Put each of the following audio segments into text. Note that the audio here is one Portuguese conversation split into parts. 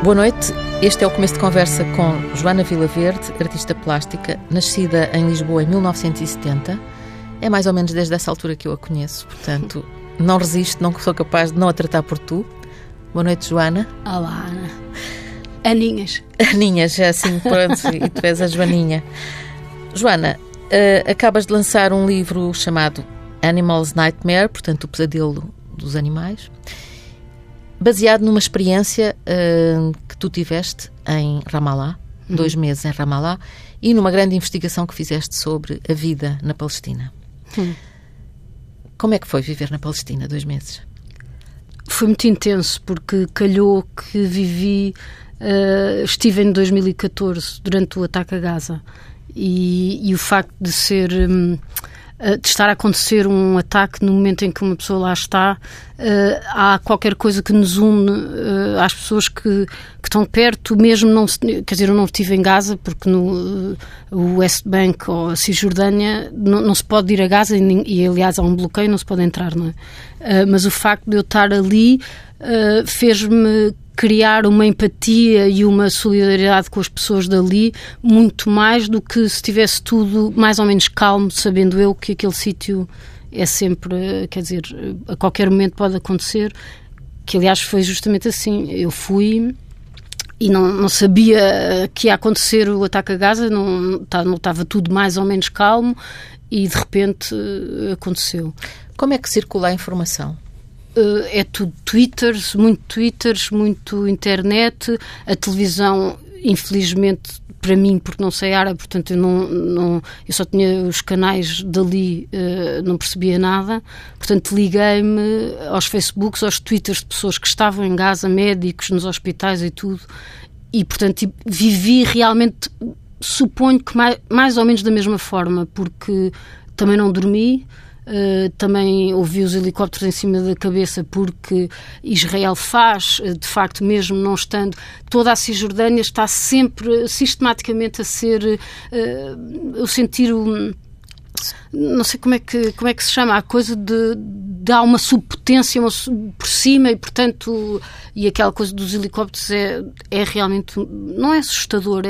Boa noite, este é o começo de conversa com Joana Vilaverde, artista plástica, nascida em Lisboa em 1970. É mais ou menos desde essa altura que eu a conheço, portanto, não resisto, não sou capaz de não a tratar por tu. Boa noite, Joana. Olá, Ana. Aninhas. Aninhas, é assim, pronto, e tu és a Joaninha. Joana, acabas de lançar um livro chamado Animals Nightmare, portanto, o pesadelo dos animais, baseado numa experiência que tu tiveste em Ramallah, 2 meses em Ramallah, e numa grande investigação que fizeste sobre a vida na Palestina. Como é que foi viver na Palestina 2 meses? Foi muito intenso, porque calhou que estive em 2014, durante o ataque a Gaza, e o facto de estar a acontecer um ataque no momento em que uma pessoa lá está, há qualquer coisa que nos une às pessoas que estão perto, mesmo não, quer dizer, eu não estive em Gaza, porque no West Bank ou a Cisjordânia não se pode ir a Gaza e aliás há um bloqueio, não se pode entrar, não é? Mas o facto de eu estar ali fez-me criar uma empatia e uma solidariedade com as pessoas dali, muito mais do que se tivesse tudo mais ou menos calmo, sabendo eu que aquele sítio é sempre, quer dizer, a qualquer momento pode acontecer, que aliás foi justamente assim. Eu fui e não sabia que ia acontecer o ataque a Gaza, não estava tudo mais ou menos calmo e de repente aconteceu. Como é que circula a informação? É tudo Twitters, muito internet, a televisão, infelizmente, para mim, porque não sei árabe, portanto eu só tinha os canais dali, não percebia nada, portanto liguei-me aos Facebooks, aos Twitters de pessoas que estavam em Gaza, médicos nos hospitais e tudo, e portanto vivi realmente, suponho que mais ou menos da mesma forma, porque também não dormi. Também ouvi os helicópteros em cima da cabeça, porque Israel faz, de facto, mesmo não estando, toda a Cisjordânia está sempre sistematicamente a ser, eu sentir não sei como é que se chama, a coisa de há uma subpotência por cima e, portanto, e aquela coisa dos helicópteros é realmente, não é assustador,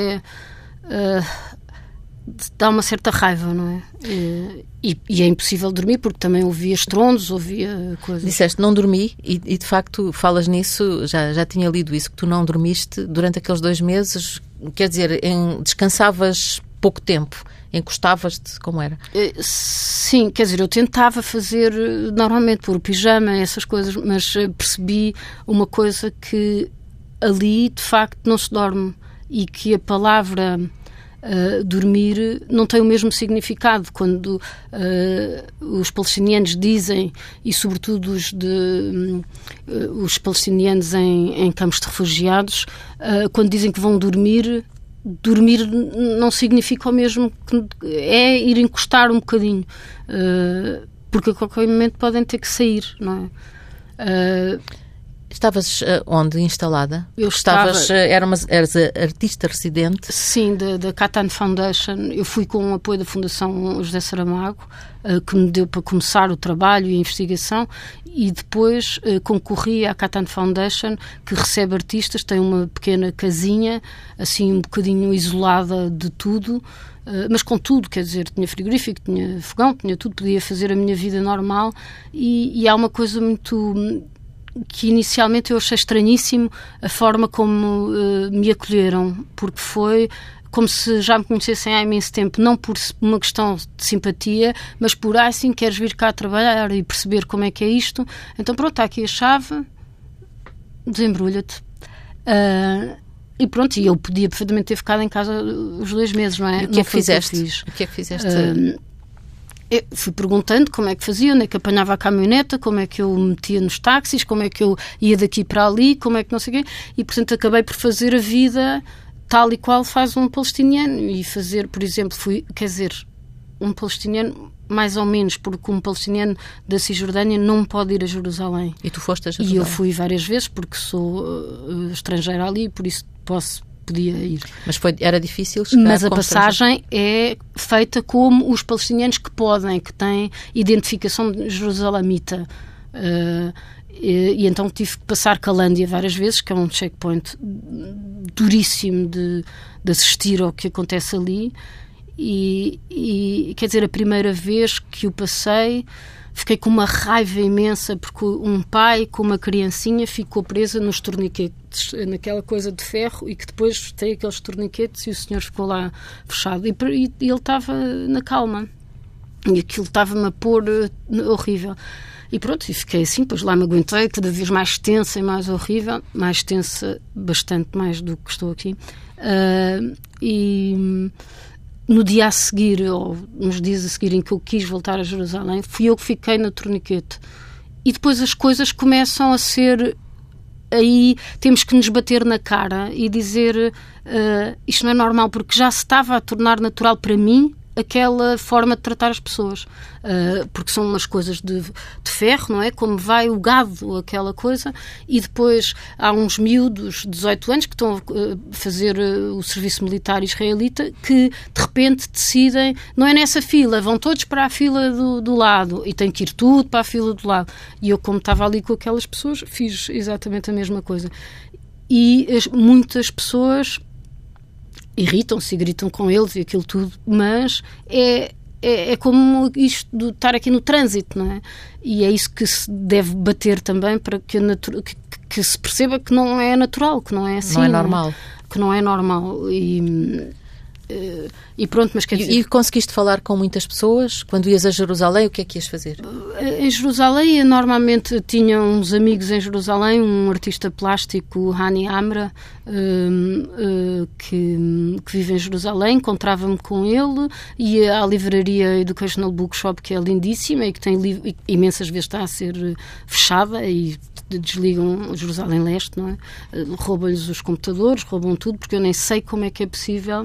dá uma certa raiva, não é? E é impossível dormir, porque também ouvia estrondos, ouvia coisas. Disseste não dormi e de facto falas nisso, já tinha lido isso, que tu não dormiste durante aqueles 2 meses, quer dizer, descansavas pouco tempo, encostavas-te, como era? Sim, quer dizer, eu tentava fazer normalmente, pôr o pijama, essas coisas, mas percebi uma coisa, que ali de facto não se dorme e que a palavra dormir não tem o mesmo significado quando os palestinianos dizem, e sobretudo os palestinianos em campos de refugiados, quando dizem que vão dormir não significa o mesmo, que é ir encostar um bocadinho, porque a qualquer momento podem ter que sair, não é? Estavas onde instalada? Eras artista residente? Sim, da Katan Foundation. Eu fui com o apoio da Fundação José Saramago, que me deu para começar o trabalho e a investigação, e depois concorri à Katan Foundation, que recebe artistas, tem uma pequena casinha, assim um bocadinho isolada de tudo, mas com tudo, quer dizer, tinha frigorífico, tinha fogão, tinha tudo, podia fazer a minha vida normal, e há uma coisa muito que inicialmente eu achei estranhíssimo, a forma como me acolheram, porque foi como se já me conhecessem há imenso tempo, não por uma questão de simpatia, mas por, sim, queres vir cá trabalhar e perceber como é que é isto, então pronto, está aqui a chave, desembrulha-te. E pronto, e eu podia perfeitamente ter ficado em casa os 2 meses, não é? E o que é que fizeste? O que é que fizeste? Eu fui perguntando como é que fazia, onde é que apanhava a caminhoneta, como é que eu me metia nos táxis, como é que eu ia daqui para ali, como é que não sei o quê, e portanto acabei por fazer a vida tal e qual faz um palestiniano, e fazer, por exemplo, um palestiniano mais ou menos, porque um palestiniano da Cisjordânia não pode ir a Jerusalém. E tu foste a Jerusalém? E eu fui várias vezes, porque sou estrangeira ali, por isso podia ir. Mas era difícil chegar? Mas a passagem é feita como os palestinianos que podem, que têm identificação jerusalemita. E então tive que passar Calândia várias vezes, que é um checkpoint duríssimo de assistir ao que acontece ali. E quer dizer, a primeira vez que o passei, fiquei com uma raiva imensa, porque um pai com uma criancinha ficou presa nos torniquetes, naquela coisa de ferro, e que depois tem aqueles torniquetes, e o senhor ficou lá fechado. E ele estava na calma. E aquilo estava-me a pôr horrível. E pronto, e fiquei assim, pois lá me aguentei, cada vez mais tensa e mais horrível, mais tensa, bastante mais do que estou aqui. E no dia a seguir, ou nos dias a seguir em que eu quis voltar a Jerusalém, fui eu que fiquei na torniquete. E depois as coisas começam a ser... Aí temos que nos bater na cara e dizer isto não é normal, porque já se estava a tornar natural para mim aquela forma de tratar as pessoas, porque são umas coisas de ferro, não é? Como vai o gado, aquela coisa, e depois há uns miúdos de 18 anos que estão a fazer o serviço militar israelita, que de repente decidem, não é nessa fila, vão todos para a fila do lado, e tem que ir tudo para a fila do lado. E eu, como estava ali com aquelas pessoas, fiz exatamente a mesma coisa. E muitas pessoas irritam-se e gritam com eles e aquilo tudo, mas é como isto de estar aqui no trânsito, não é? E é isso que se deve bater também, para que se perceba que não é natural, que não é assim. Não é normal. Que não é normal. E pronto, mas quer dizer... E conseguiste falar com muitas pessoas? Quando ias a Jerusalém, o que é que ias fazer? Em Jerusalém, eu normalmente tinha uns amigos em Jerusalém, um artista plástico, Hani Amra, que vive em Jerusalém, encontrava-me com ele, ia à livraria Educational Bookshop, que é lindíssima e que tem imensas vezes está a ser fechada, e desligam Jerusalém Leste, não é? Roubam-lhes os computadores, roubam tudo, porque eu nem sei como é que é possível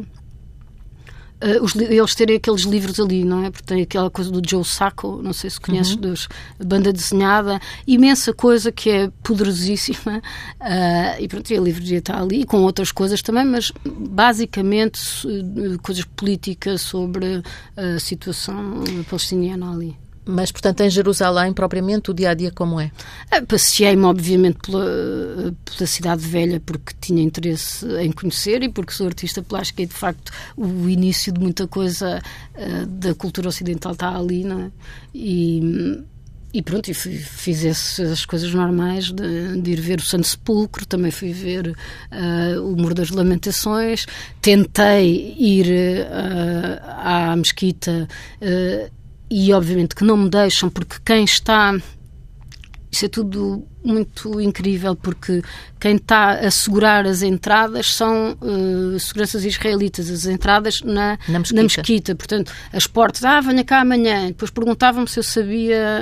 eles terem aqueles livros ali, não é? Porque tem aquela coisa do Joe Sacco, não sei se conheces, banda desenhada, imensa coisa que é poderosíssima, e pronto, e a livraria está ali, com outras coisas também, mas basicamente coisas políticas sobre a situação palestiniana ali. Mas, portanto, em Jerusalém, propriamente, o dia-a-dia como é? Passeei-me, obviamente, pela cidade velha, porque tinha interesse em conhecer e porque sou artista plástica e, de facto, o início de muita coisa da cultura ocidental está ali, não é? E pronto, fiz essas coisas normais de ir ver o Santo Sepulcro, também fui ver o Muro das Lamentações, tentei ir à mesquita, e obviamente que não me deixam, porque quem está... Isso é tudo muito incrível, porque quem está a segurar as entradas são seguranças israelitas, as entradas na mesquita. Portanto, as portas, venha cá amanhã. Depois perguntavam-me se eu sabia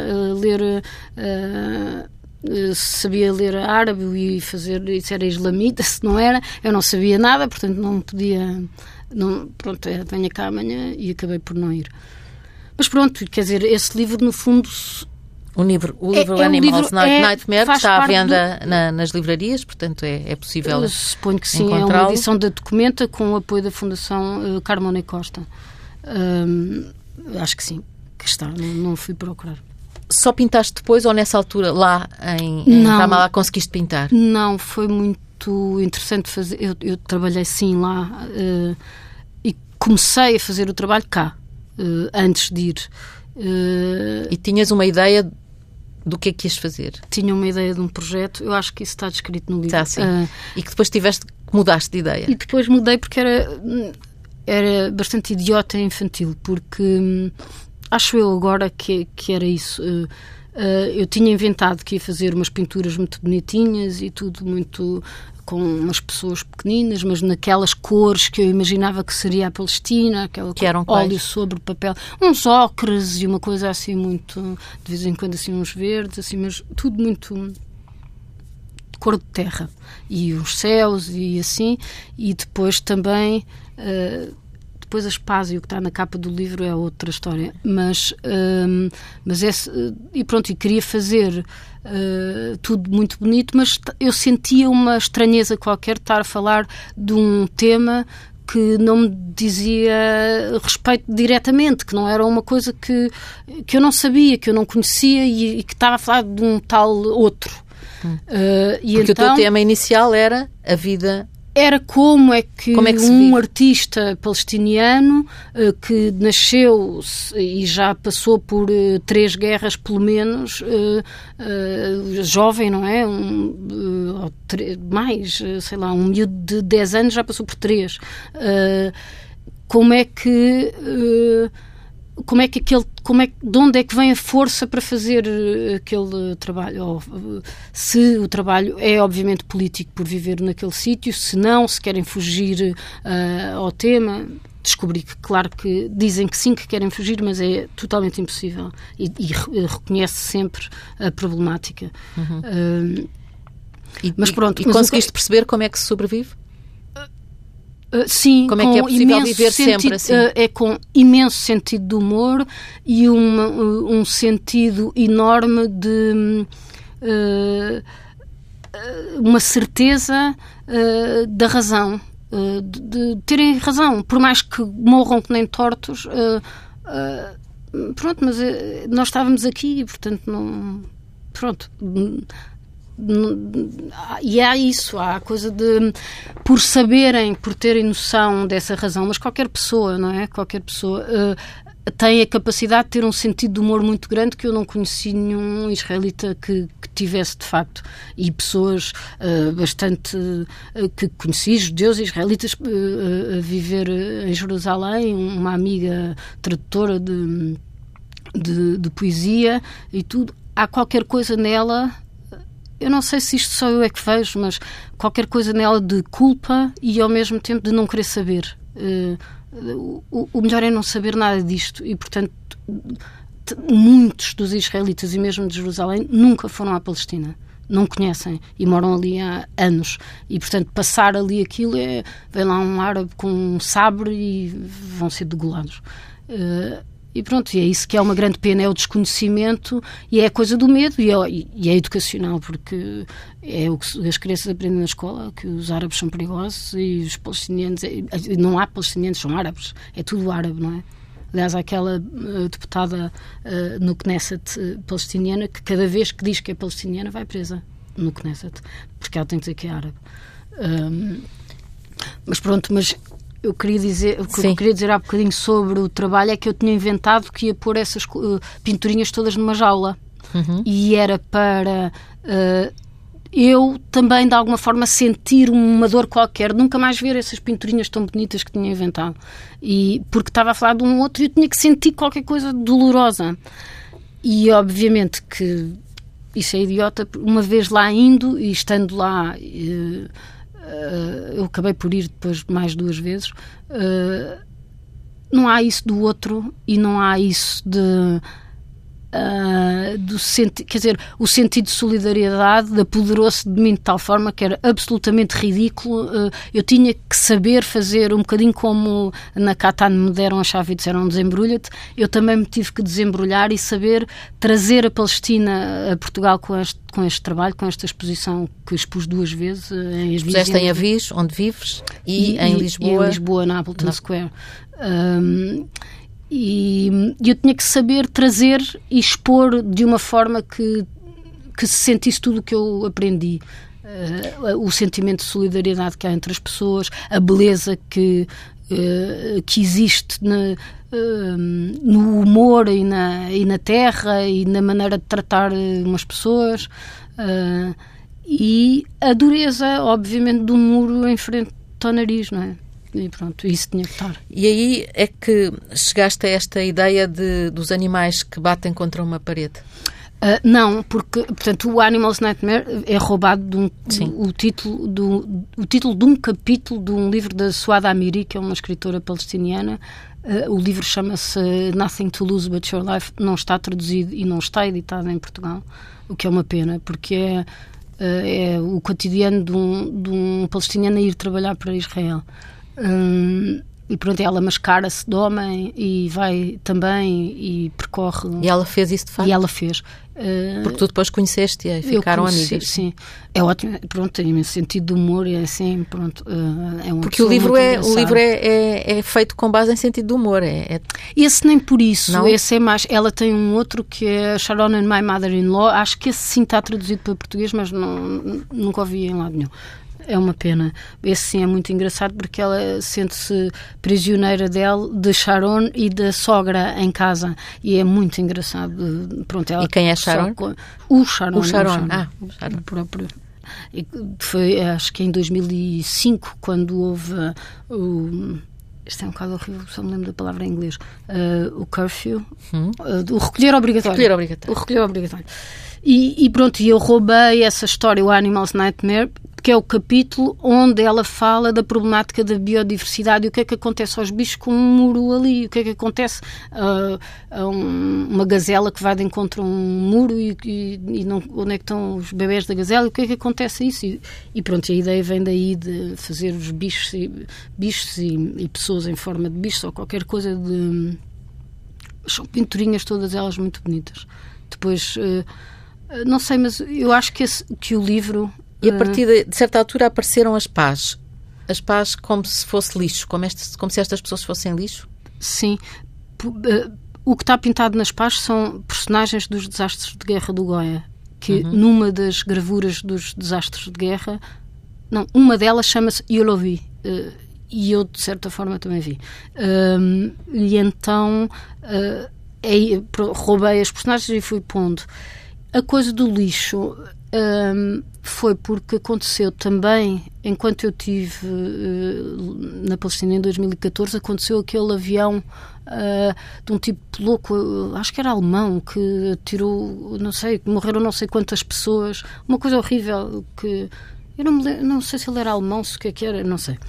ler árabe e se era islamita, se não era. Eu não sabia nada, portanto não podia... pronto, venha cá amanhã, e acabei por não ir. Mas pronto, quer dizer, esse livro, no fundo... O livro Animals Nightmare, que está à venda nas livrarias, portanto é possível encontrá-lo. Suponho que sim, é uma edição da Documenta, com o apoio da Fundação Carmona Costa. Acho que sim, que está, não fui procurar. Só pintaste depois, ou nessa altura, lá em Ramallah, conseguiste pintar? Não, foi muito interessante fazer. Eu trabalhei sim lá e comecei a fazer o trabalho cá. Antes de ir. E tinhas uma ideia do que é que ias fazer? Tinha uma ideia de um projeto, eu acho que isso está descrito no livro. Está, sim. E que depois mudaste de ideia? E depois mudei porque era bastante idiota e infantil, porque acho eu agora que era isso. Eu tinha inventado que ia fazer umas pinturas muito bonitinhas e tudo muito... com umas pessoas pequeninas, mas naquelas cores que eu imaginava que seria a Palestina, aquela que eram óleo sobre papel, uns ocres e uma coisa assim muito, de vez em quando assim uns verdes, assim, mas tudo muito de cor de terra, e os céus e assim, e depois também depois a Spásio, que está na capa do livro, é outra história, mas e pronto, e queria fazer tudo muito bonito, mas eu sentia uma estranheza qualquer de estar a falar de um tema que não me dizia respeito diretamente, que não era uma coisa que eu não sabia, que eu não conhecia, e que estava a falar de um tal outro. E porque então, o teu tema inicial era a vida... Era como é que um artista palestiniano que nasceu e já passou por 3 guerras, pelo menos, jovem, não é? Mais, sei lá, um miúdo de 10 anos já passou por 3. De onde é que vem a força para fazer aquele trabalho? Ou, se o trabalho é obviamente político por viver naquele sítio, se não, se querem fugir ao tema. Descobri que, claro que dizem que sim, que querem fugir, mas é totalmente impossível e reconhece sempre a problemática. Mas pronto. E conseguiste perceber como é que se sobrevive? Sim, como é que é possível viver sempre assim? É com imenso sentido de humor e um sentido enorme de uma certeza da razão, de terem razão, por mais que morram que nem tortos. Pronto, mas nós estávamos aqui e, portanto, não... Pronto... E há isso, há a coisa de, por saberem, por terem noção dessa razão, mas qualquer pessoa, não é? Qualquer pessoa tem a capacidade de ter um sentido de humor muito grande que eu não conheci nenhum israelita que tivesse de facto, e pessoas bastante que conheci, judeus e israelitas a viver em Jerusalém, uma amiga tradutora de poesia e tudo. Há qualquer coisa nela. Eu não sei se isto só eu é que vejo, mas qualquer coisa nela de culpa e ao mesmo tempo de não querer saber. O melhor é não saber nada disto e, portanto, muitos dos israelitas e mesmo de Jerusalém nunca foram à Palestina. Não conhecem e moram ali há anos. E, portanto, passar ali aquilo vem lá um árabe com um sabre e vão ser degolados. E pronto, e é isso que é uma grande pena, é o desconhecimento e é a coisa do medo e é educacional, porque é o que as crianças aprendem na escola, que os árabes são perigosos e os palestinianos, não há palestinianos, são árabes, é tudo árabe, não é? Aliás, há aquela deputada no Knesset palestiniana que cada vez que diz que é palestiniana vai presa no Knesset, porque ela tem que dizer que é árabe. Mas pronto, eu queria dizer, o que eu queria dizer há bocadinho sobre o trabalho é que eu tinha inventado que ia pôr essas pinturinhas todas numa jaula. E era para eu também, de alguma forma, sentir uma dor qualquer, nunca mais ver essas pinturinhas tão bonitas que tinha inventado. E porque estava a falar de um outro e eu tinha que sentir qualquer coisa dolorosa. E, obviamente, que isso é idiota. Uma vez lá indo e estando lá... eu acabei por ir depois mais 2 vezes. Não há isso do outro e não há isso quer dizer, o sentido de solidariedade apoderou-se de mim de tal forma que era absolutamente ridículo. Eu tinha que saber fazer um bocadinho como na Catan me deram a chave e disseram desembrulha-te. Eu também me tive que desembrulhar e saber trazer a Palestina a Portugal com este trabalho, com esta exposição que expus 2 vezes em Avis. Puseste em Avis, onde vives, e em Lisboa. E em Lisboa, na Appleton Square. E eu tinha que saber trazer e expor de uma forma que se sentisse tudo o que eu aprendi. O sentimento de solidariedade que há entre as pessoas, a beleza que existe no humor e na terra e na maneira de tratar umas pessoas, e a dureza, obviamente, do muro em frente ao nariz, não é? E pronto, isso tinha que estar. E aí é que chegaste a esta ideia dos animais que batem contra uma parede? Não, porque, portanto, o Animals Nightmare é roubado o título de um capítulo de um livro da Suad Amiri, que é uma escritora palestiniana. O livro chama-se Nothing to Lose But Your Life. Não está traduzido e não está editado em Portugal, o que é uma pena, porque é o cotidiano de um palestiniano a ir trabalhar para Israel. E pronto, ela mascara-se de homem e vai também e percorre... E ela fez isso de facto? E ela fez. Porque tu depois conheceste-a e ficaram amigas. Sim, é ótimo, pronto, tem imenso sentido de humor e é assim, pronto, é uma porque o livro é feito com base em sentido de humor. Esse nem por isso, não? Esse é mais, ela tem um outro que é Sharon and My Mother-in-Law, acho que esse sim está traduzido para português, mas nunca ouvi em lado nenhum. É uma pena. Esse sim é muito engraçado porque ela sente-se prisioneira de Sharon e da sogra em casa. E é muito engraçado. Pronto, ela e quem é Sharon? O Sharon. O Sharon. O próprio. Foi, acho que em 2005, quando houve isto é um bocado horrível, só me lembro da palavra em inglês. O curfew. O recolher obrigatório. O recolher obrigatório. E pronto, eu roubei essa história, o Animals Nightmare, que é o capítulo onde ela fala da problemática da biodiversidade e o que é que acontece aos bichos com um muro ali, o que é que acontece a uma gazela que vai de encontro a um muro e não, onde é que estão os bebés da gazela, e o que é que acontece a isso? E pronto, a ideia vem daí de fazer os bichos e pessoas em forma de bichos ou qualquer coisa de... São pinturinhas todas elas muito bonitas. Depois, não sei, mas eu acho que o livro... E a partir de certa altura apareceram as pás. As pás como se fosse lixo, como se estas pessoas fossem lixo? Sim. O que está pintado nas pás são personagens dos desastres de guerra do Goya, que numa das gravuras dos desastres de guerra, uma delas chama-se Eu Lo Vi, e eu de certa forma também vi. E então roubei as personagens e fui pondo. A coisa do lixo... foi porque aconteceu também, enquanto eu estive na Palestina em 2014, aconteceu aquele avião de um tipo louco, acho que era alemão, que tirou, não sei, morreram não sei quantas pessoas, uma coisa horrível, que eu não sei se ele era alemão, se o que era, não sei.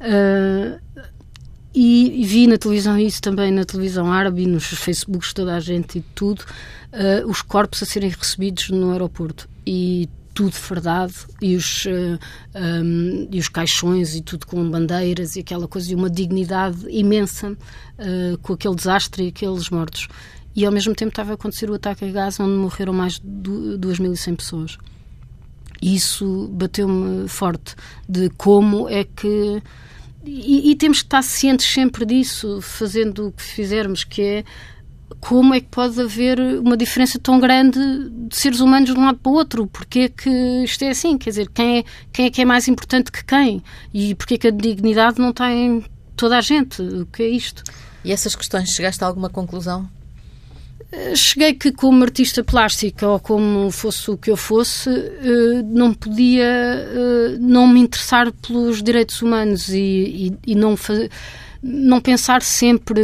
E vi na televisão isso também, na televisão árabe e nos Facebooks, toda a gente e tudo, os corpos a serem recebidos no aeroporto e tudo fardado e os caixões e tudo com bandeiras e aquela coisa, e uma dignidade imensa com aquele desastre e aqueles mortos. E ao mesmo tempo estava a acontecer o ataque a Gaza, onde morreram mais de 2.100 pessoas. E isso bateu-me forte, de como é que... E temos que estar cientes sempre disso, fazendo o que fizermos, que é como é que pode haver uma diferença tão grande de seres humanos de um lado para o outro, porque é que isto é assim, quer dizer, quem é que é mais importante que quem, e porque é que a dignidade não está em toda a gente, o que é isto? E essas questões, chegaste a alguma conclusão? Cheguei que, como artista plástica, ou como fosse o que eu fosse, não podia não me interessar pelos direitos humanos e não pensar sempre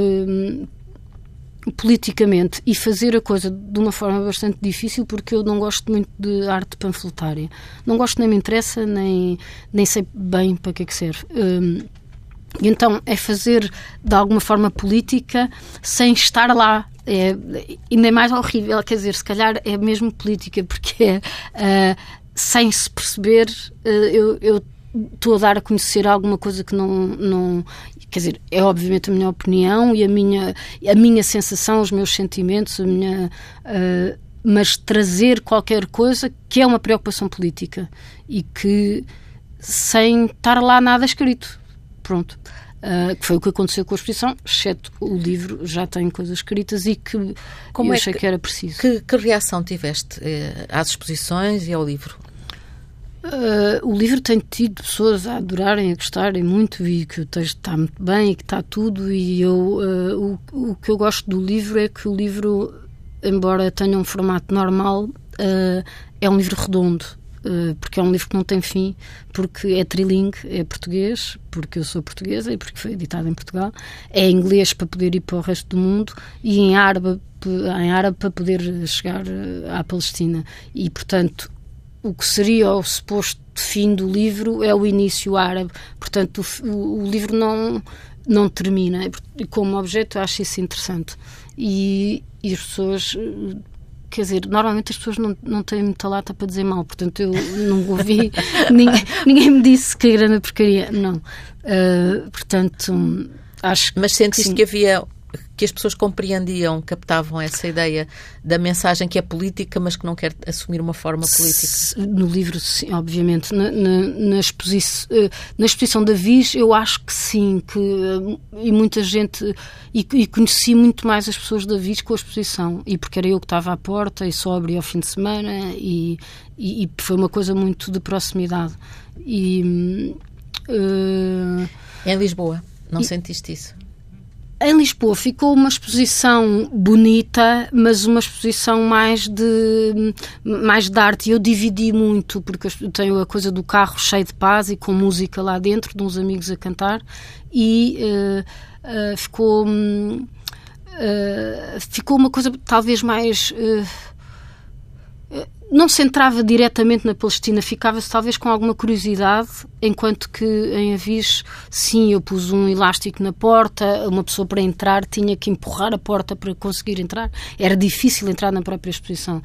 politicamente e fazer a coisa de uma forma bastante difícil, porque eu não gosto muito de arte panfletária. Não gosto, nem me interessa, nem sei bem para que é que serve. E então é fazer de alguma forma política sem estar lá. Ainda é mais horrível, quer dizer, se calhar é mesmo política, porque sem se perceber, eu estou a dar a conhecer alguma coisa que não quer dizer, é obviamente a minha opinião e a minha sensação, os meus sentimentos, mas trazer qualquer coisa que é uma preocupação política e que sem estar lá nada escrito. Pronto. Que foi o que aconteceu com a exposição, exceto o livro já tem coisas escritas e que eu achei que era preciso. Que reação tiveste às exposições e ao livro? O livro tem tido pessoas a adorarem, a gostarem muito, e que o texto está muito bem e que está tudo, e o que eu gosto do livro é que o livro, embora tenha um formato normal, é um livro redondo. Porque é um livro que não tem fim, porque é trilingue, é português, porque eu sou portuguesa e porque foi editado em Portugal, é inglês para poder ir para o resto do mundo e em árabe para poder chegar à Palestina. E, portanto, o que seria o suposto fim do livro é o início árabe. Portanto, o livro não termina. E como objeto eu acho isso interessante. E as pessoas... quer dizer, normalmente as pessoas não têm muita lata para dizer mal, portanto eu não ouvi, ninguém me disse que era uma porcaria, não. Portanto, acho que... Mas sentiste que as pessoas compreendiam, captavam essa ideia da mensagem que é política, mas que não quer assumir uma forma política? No livro, sim, obviamente. Na exposição da Viz, eu acho que sim, e muita gente... E conheci muito mais as pessoas da Viz com a exposição, e porque era eu que estava à porta, e só abria ao fim de semana, e foi uma coisa muito de proximidade. Em Lisboa, não sentiste isso? Em Lisboa ficou uma exposição bonita, mas uma exposição mais de arte. Eu dividi muito, porque tenho a coisa do carro cheio de paz e com música lá dentro, de uns amigos a cantar, e ficou uma coisa talvez mais... não se entrava diretamente na Palestina, ficava-se talvez com alguma curiosidade, enquanto que em Avis, sim, eu pus um elástico na porta, uma pessoa para entrar tinha que empurrar a porta para conseguir entrar, era difícil entrar na própria exposição.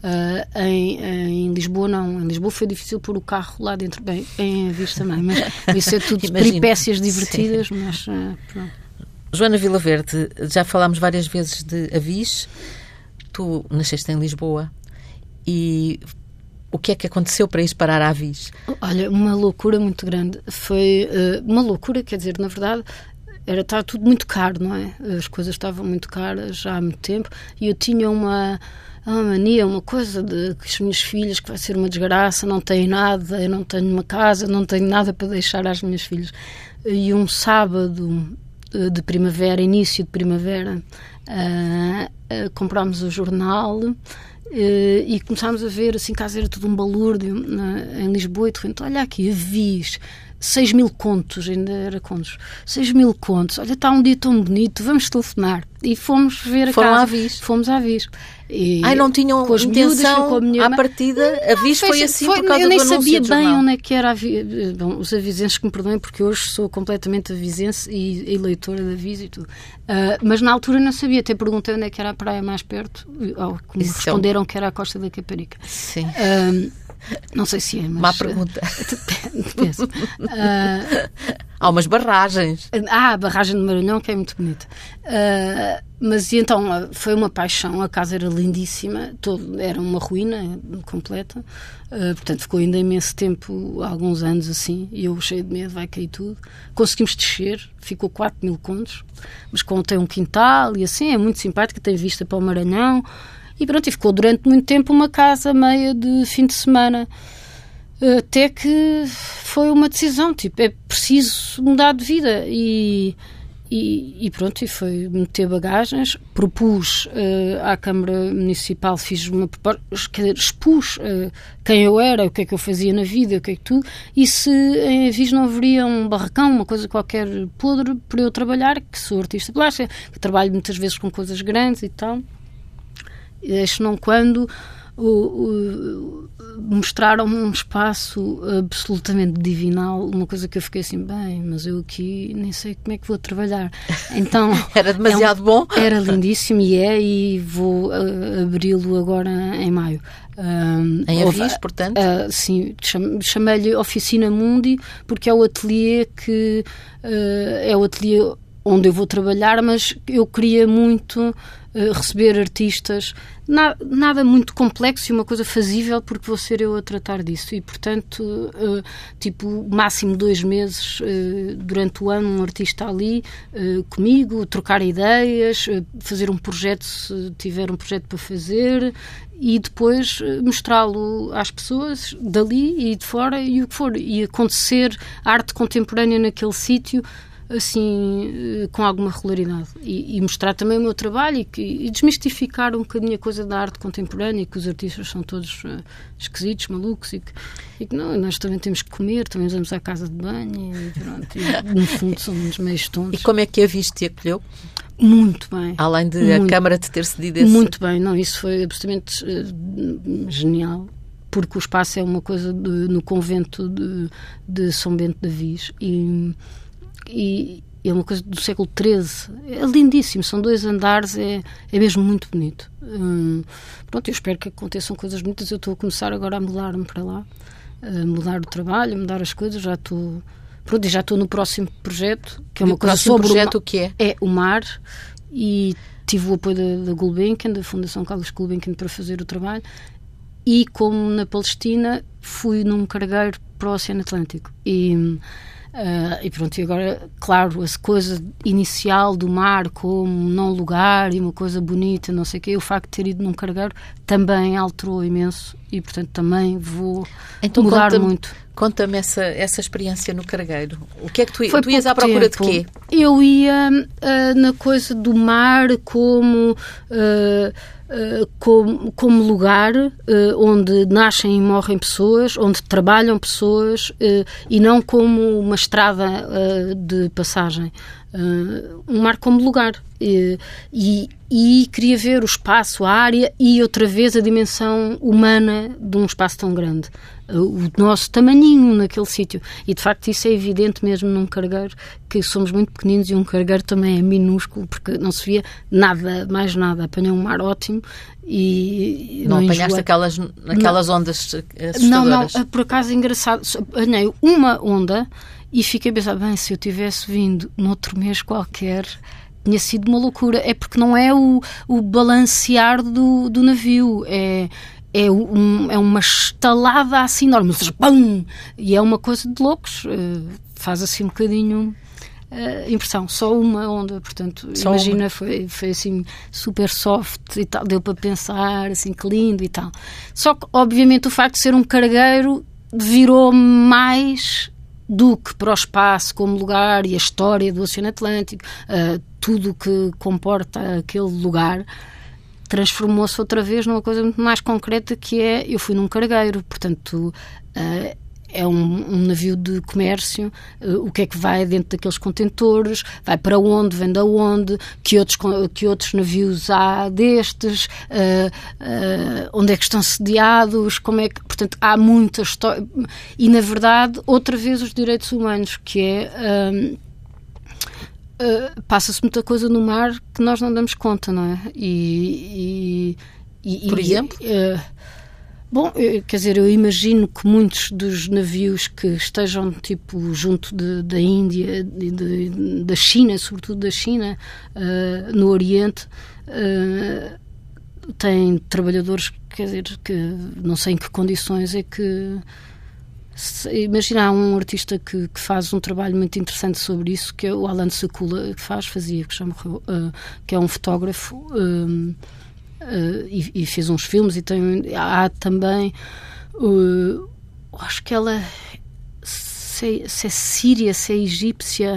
Em Lisboa não, em Lisboa foi difícil pôr o carro lá dentro, bem, em Avis também, mas isso é tudo peripécias divertidas, sim. Mas pronto. Joana Vilaverde, já falámos várias vezes de Avis, tu nasceste em Lisboa. E o que é que aconteceu para ir parar à Avis? Olha, uma loucura muito grande. Foi uma loucura, quer dizer, na verdade, estava tudo muito caro, não é? As coisas estavam muito caras já há muito tempo, e eu tinha uma mania, uma coisa de que as minhas filhas, que vai ser uma desgraça, não têm nada, eu não tenho uma casa, não tenho nada para deixar às minhas filhas. E um sábado de primavera, início de primavera, comprámos o jornal... e começámos a ver, assim, casa era tudo um balúrdio em Lisboa, e de repente, olha aqui, Avis, 6.000 contos, ainda era contos, 6.000 contos, olha, está um dia tão bonito, vamos telefonar. E fomos ver a casa. Fomos à Avis. Não tinham intenção à partida? A Avis foi assim por causa do anúncio. Eu nem sabia bem onde é que era a Avis. Bom, os avisenses que me perdoem, porque hoje sou completamente avisense e leitora da Avis e tudo. Mas na altura não sabia, até perguntei onde é que era a praia mais perto, que me responderam que era a Costa da Caparica. Sim. Não sei se é, mas... Má pergunta. Há umas barragens. A barragem de Maranhão, que é muito bonita. Mas então foi uma paixão, a casa era lindíssima, era uma ruína completa, portanto ficou ainda imenso tempo, alguns anos assim, e eu cheio de medo, vai cair tudo. Conseguimos descer, ficou 4.000 contos, mas tem um quintal e assim, é muito simpática, tem vista para o Maranhão, e pronto, e ficou durante muito tempo uma casa meia de fim de semana. Até que foi uma decisão, tipo, é preciso mudar de vida, e pronto, e foi meter bagagens, propus à Câmara Municipal, fiz uma proposta, expus quem eu era, o que é que eu fazia na vida, o que é que tudo, e se em Avis não haveria um barracão, uma coisa qualquer podre para eu trabalhar, que sou artista plástica, que trabalho muitas vezes com coisas grandes e tal, deixo não quando... mostraram-me um espaço absolutamente divinal, uma coisa que eu fiquei assim, bem, mas eu aqui nem sei como é que vou trabalhar. Então era demasiado bom. Era lindíssimo e vou abri-lo agora em maio. Em Avis, portanto? Sim, chamei-lhe Oficina Mundi, porque é o ateliê que é o ateliê onde eu vou trabalhar, mas eu queria muito receber artistas, nada muito complexo e uma coisa fazível, porque vou ser eu a tratar disso, e portanto tipo, máximo 2 meses durante o ano, um artista ali comigo, trocar ideias, fazer um projeto se tiver um projeto para fazer, e depois mostrá-lo às pessoas dali e de fora, e o que for, e acontecer arte contemporânea naquele sítio, assim, com alguma regularidade, e mostrar também o meu trabalho e desmistificar um bocadinho a coisa da arte contemporânea, que os artistas são todos esquisitos, malucos, e que não, nós também temos que comer, também vamos à casa de banho, e pronto, e no fundo somos meio tontos. E como é que a Avis te acolheu? Muito bem. Além de a Câmara te ter cedido esse... Muito bem, não, isso foi absolutamente genial, porque o espaço é uma coisa no convento de São Bento de Avis, é uma coisa do século XIII, é lindíssimo, são 2 andares, é mesmo muito bonito. Pronto, eu espero que aconteçam coisas bonitas. Eu estou a começar agora a mudar-me para lá, a mudar o trabalho, a mudar as coisas. Já estou no próximo projeto, que é uma coisa sobre projeto, o que é? É o mar, e tive o apoio da Gulbenkian, da Fundação Carlos Gulbenkian, para fazer o trabalho. E como na Palestina, fui num cargueiro para o Oceano Atlântico. E pronto, e agora, claro, essa coisa inicial do mar como não lugar e uma coisa bonita, não sei o quê, o facto de ter ido num cargueiro também alterou imenso, e portanto também vou mudar muito. Conta-me essa experiência no cargueiro. O que é que tu ias à procura de quê? Eu ia na coisa do mar como lugar onde nascem e morrem pessoas, onde trabalham pessoas, e não como uma estrada de passagem. Um mar como lugar. E queria ver o espaço, a área e outra vez a dimensão humana de um espaço tão grande. O nosso tamanhinho naquele sítio. E de facto isso é evidente mesmo num cargueiro, que somos muito pequeninos, e um cargueiro também é minúsculo, porque não se via nada, mais nada. Apanhei um mar ótimo e não apanhaste aquelas ondas assustadoras? Não, por acaso engraçado, apanhei uma onda e fiquei a pensar, bem, se eu tivesse vindo noutro mês qualquer, tinha sido uma loucura. É porque não é o balancear do navio, é uma estalada assim enorme, pum, e é uma coisa de loucos. Faz assim um bocadinho impressão, só uma onda, portanto, só imagina, foi assim super soft e tal, deu para pensar assim, que lindo e tal. Só que obviamente o facto de ser um cargueiro virou mais do que para o espaço como lugar e a história do Oceano Atlântico, tudo o que comporta aquele lugar, transformou-se outra vez numa coisa muito mais concreta, que é, eu fui num cargueiro, portanto é um navio de comércio. O que é que vai dentro daqueles contentores, vai para onde, vem de onde, que outros navios há destes, onde é que estão sediados, como é que, portanto, há muita história. E na verdade, outra vez, os direitos humanos, que é passa-se muita coisa no mar que nós não damos conta, não é? Por exemplo? Bom, quer dizer, eu imagino que muitos dos navios que estejam tipo junto da Índia, da China, sobretudo da China, no Oriente, têm trabalhadores, quer dizer, que não sei em que condições é que... Imagina, há um artista que faz um trabalho muito interessante sobre isso, que é o Alan Sekula, que já morreu, que é um fotógrafo, e fez uns filmes, e há também, acho que ela, se é síria, se é egípcia,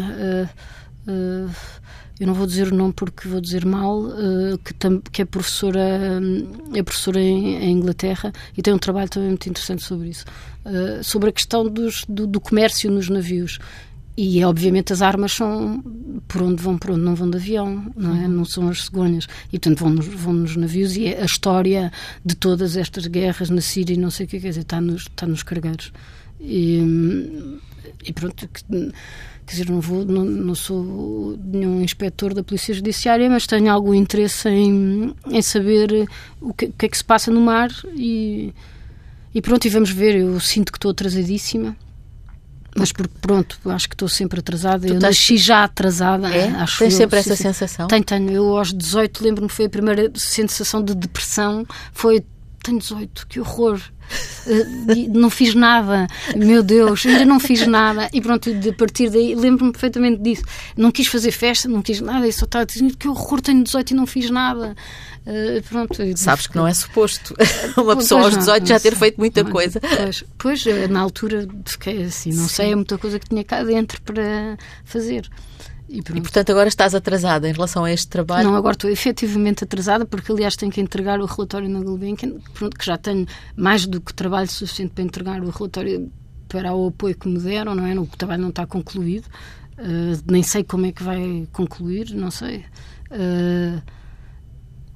eu não vou dizer o nome porque vou dizer mal, que é professora em Inglaterra, e tem um trabalho também muito interessante sobre isso, sobre a questão do comércio nos navios. E obviamente as armas são por onde não vão de avião, não é? Não são as cegonhas, e portanto vão nos navios, e a história de todas estas guerras na Síria e não sei o que, quer dizer, está nos cargueiros. E pronto, quer dizer, não sou nenhum inspetor da Polícia Judiciária, mas tenho algum interesse em saber o que é que se passa no mar, e pronto, e vamos ver. Eu sinto que estou atrasadíssima, mas porque, pronto, acho que estou sempre atrasada. Eu nasci já atrasada. Acho. Tens sempre essa sensação? Tenho. Eu aos 18 lembro-me que foi a primeira sensação de depressão. Tenho 18, que horror. Não fiz nada, meu Deus, ainda não fiz nada. E pronto, a partir daí lembro-me perfeitamente disso. Não quis fazer festa, não quis nada, e só estava dizendo que horror, tenho 18 e não fiz nada. Pronto, sabes que não é suposto uma pessoa aos 18 já ter feito muita coisa. Pois, na altura fiquei assim, não sei, é muita coisa que tinha cá dentro para fazer. E portanto agora estás atrasada em relação a este trabalho? Não, agora estou efetivamente atrasada, porque aliás tenho que entregar o relatório na Gulbenkian, que já tenho mais do que trabalho suficiente para entregar o relatório para o apoio que me deram, não é? O trabalho não está concluído, nem sei como é que vai concluir, não sei.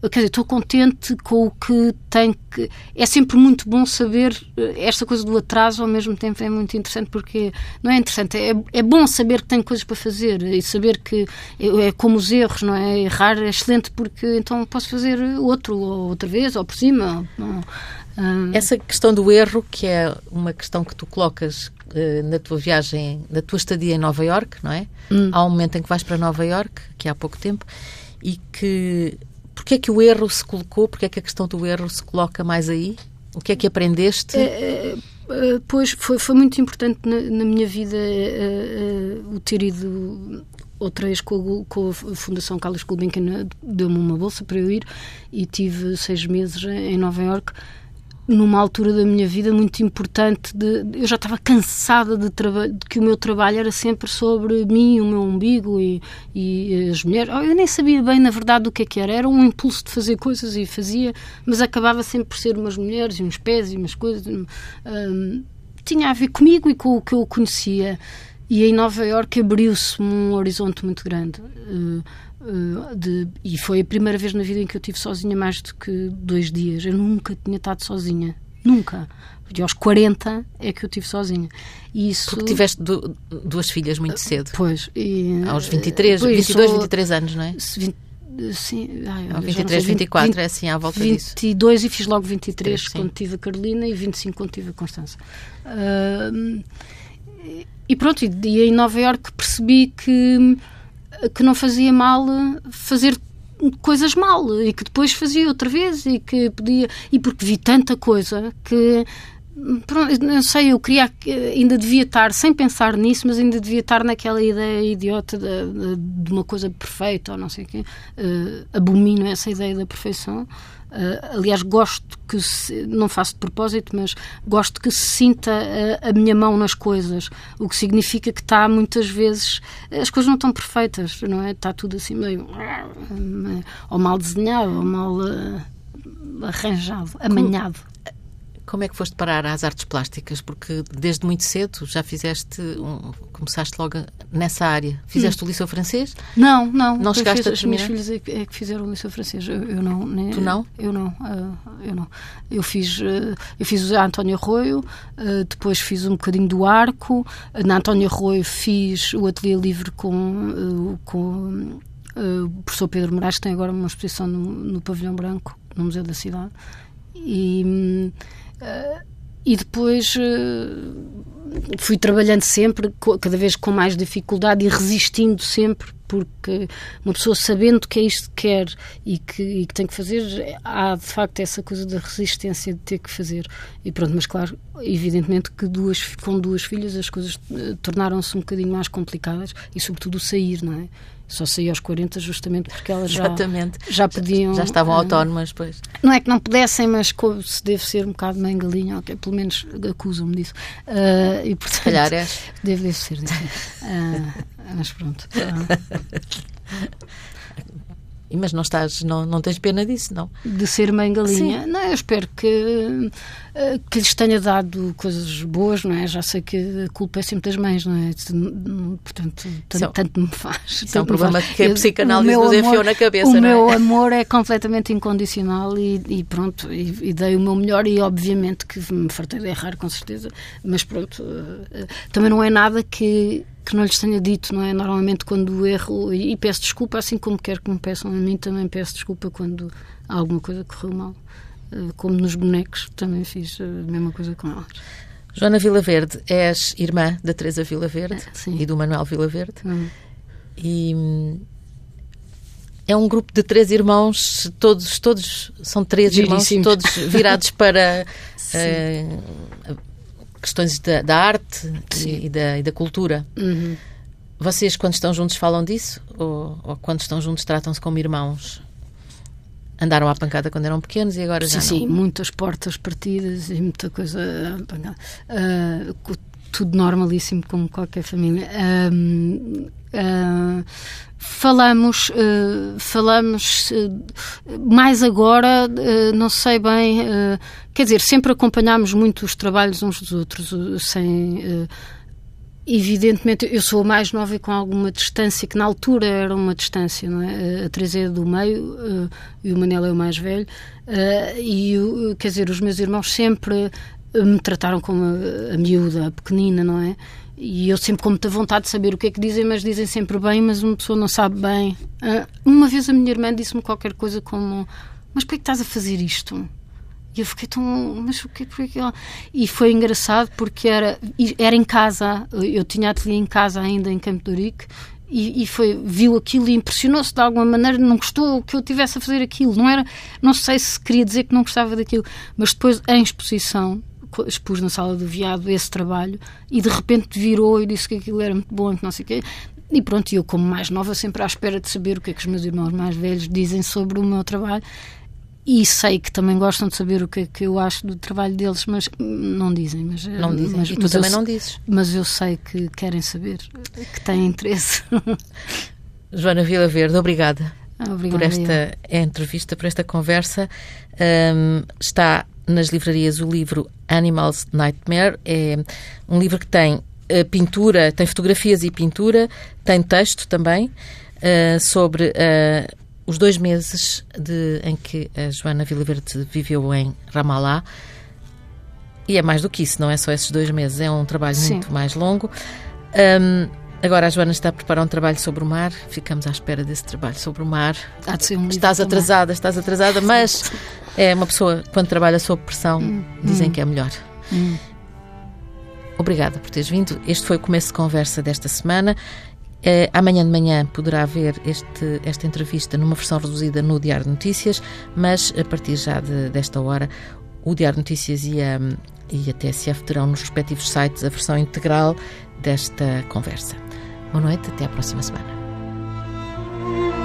quer dizer, estou contente com o que tenho que... É sempre muito bom saber, esta coisa do atraso ao mesmo tempo é muito interessante, porque não é interessante, é bom saber que tenho coisas para fazer e saber que é como os erros, não é? Errar é excelente porque então posso fazer outro, ou outra vez, ou por cima. Essa questão do erro, que é uma questão que tu colocas na tua viagem, na tua estadia em Nova Iorque, não é? Há um momento em que vais para Nova Iorque, que há pouco tempo, e que... Porquê é que o erro se colocou? Porquê é que a questão do erro se coloca mais aí? O que é que aprendeste? Pois, foi muito importante na minha vida o ter ido outra vez com a Fundação Carlos Gulbenkian, deu-me uma bolsa para eu ir e tive 6 meses em Nova Iorque, numa altura da minha vida muito importante. Eu já estava cansada de que o meu trabalho era sempre sobre mim, o meu umbigo e as mulheres. Eu nem sabia bem, na verdade, o que é que era. Era um impulso de fazer coisas e fazia, mas acabava sempre por ser umas mulheres e uns pés e umas coisas. Tinha a ver comigo e com o que eu conhecia. E em Nova Iorque abriu-se um horizonte muito grande. E foi a primeira vez na vida em que eu estive sozinha mais do que 2 dias. Eu nunca tinha estado sozinha. Nunca. E aos 40 é que eu estive sozinha. E isso... Porque tiveste 2 filhas muito cedo. Pois. Aos 23, 23 anos, não é? Sim. 23, 24, é assim à volta 22 disso. 22 e fiz logo 23 quando tive a Carolina e 25 quando tive a Constança. E pronto, e em Nova Iorque percebi que não fazia mal fazer coisas mal e que depois fazia outra vez e que podia... E porque vi tanta coisa que... Pronto, não sei, eu queria... Ainda devia estar, sem pensar nisso, mas ainda devia estar naquela ideia idiota de uma coisa perfeita ou não sei o quê. Abomino essa ideia da perfeição. Aliás, gosto que não faço de propósito, mas gosto que se sinta a minha mão nas coisas, o que significa que está muitas vezes, as coisas não estão perfeitas, não é? Está tudo assim meio ou mal desenhado, ou mal arranjado, amanhado. Como é que foste parar às artes plásticas? Porque desde muito cedo já começaste logo nessa área. Fizeste o Liceu Francês? Não. Não chegaste a terminar? As minhas filhas é que fizeram o Liceu Francês. Eu não. Tu não? Eu não. Eu fiz a António Arroio, depois fiz um bocadinho do Arco. Na António Arroio fiz o Ateliê Livre com o professor Pedro Moraes, que tem agora uma exposição no Pavilhão Branco, no Museu da Cidade. E depois fui trabalhando sempre, cada vez com mais dificuldade e resistindo sempre, porque uma pessoa sabendo que é isto que quer e que tem que fazer, há de facto essa coisa da resistência de ter que fazer. E pronto, mas claro, evidentemente que com 2 filhas as coisas tornaram-se um bocadinho mais complicadas e sobretudo o sair, não é? Só saí aos 40 justamente porque elas já podiam... Já estavam autónomas, pois. Não é que não pudessem, mas se deve ser um bocado mãe galinha, okay, pelo menos acusam-me disso. E, portanto, se calhar és. Deve ser disso. Mas pronto. Mas não tens pena disso, não? De ser mãe galinha? Sim. Não, eu espero que lhes tenha dado coisas boas, não é? Já sei que a culpa é sempre das mães, não é? Portanto, tanto me faz. Isso é um problema que a psicanálise nos enfiou na cabeça, não é? O meu amor é completamente incondicional e pronto, e dei o meu melhor e obviamente que me fartei de errar, com certeza, mas pronto, também não é nada que não lhes tenha dito, não é? Normalmente quando erro, e peço desculpa, assim como quero que me peçam a mim, também peço desculpa quando há alguma coisa que correu mal. Como nos bonecos, também fiz a mesma coisa com elas. Joana Vilaverde, és irmã da Teresa Vilaverde e do Manuel Vilaverde. E é um grupo de 3 irmãos, todos são 3 irmãos, todos virados para questões da arte e da cultura. Vocês, quando estão juntos, falam disso? Ou quando estão juntos, tratam-se como irmãos? Andaram à pancada quando eram pequenos e agora já não? Sim, muitas portas partidas e muita coisa à pancada. Tudo normalíssimo, como qualquer família. Falamos mais agora, não sei bem, quer dizer, sempre acompanhámos muito os trabalhos uns dos outros, sem... Evidentemente, eu sou a mais nova e com alguma distância, que na altura era uma distância, não é? A Teresa é do meio e o Manel é o mais velho. Quer dizer, os meus irmãos sempre me trataram como a miúda, a pequenina, não é? E eu sempre com muita vontade de saber o que é que dizem, mas dizem sempre bem, mas uma pessoa não sabe bem. Uma vez a minha irmã disse-me qualquer coisa como: mas porquê que estás a fazer isto? E eu fiquei tão... mas o que é que... E foi engraçado porque era em casa, eu tinha ateliê em casa ainda em Campo de Ourique, e viu aquilo e impressionou-se de alguma maneira, não gostou que eu estivesse a fazer aquilo. Não sei se queria dizer que não gostava daquilo, mas depois em exposição expus na Sala do Veado esse trabalho e de repente virou e disse que aquilo era muito bom, que não sei o quê. E pronto, eu como mais nova sempre à espera de saber o que é que os meus irmãos mais velhos dizem sobre o meu trabalho. E sei que também gostam de saber o que é que eu acho do trabalho deles, mas não dizem. Não dizem, e tu também não dizes. Mas eu sei que querem saber, que têm interesse. Joana Vilaverde, obrigada por esta entrevista, por esta conversa. Está nas livrarias o livro Animals Nightmare. É um livro que tem pintura, tem fotografias e pintura, tem texto também sobre... os 2 meses em que a Joana Vilaverde viveu em Ramallah. E é mais do que isso, não é só esses 2 meses, é um trabalho muito mais longo. Agora a Joana está a preparar um trabalho sobre o mar, ficamos à espera desse trabalho sobre o mar. Há de ser um livro. Estás atrasada, mas é uma pessoa, quando trabalha sob pressão, dizem que é melhor. Obrigada por teres vindo. Este foi o começo de conversa desta semana. Amanhã de manhã poderá ver esta entrevista numa versão reduzida no Diário de Notícias, mas a partir já desta hora o Diário de Notícias e a TSF terão nos respectivos sites a versão integral desta conversa. Boa noite, até à próxima semana.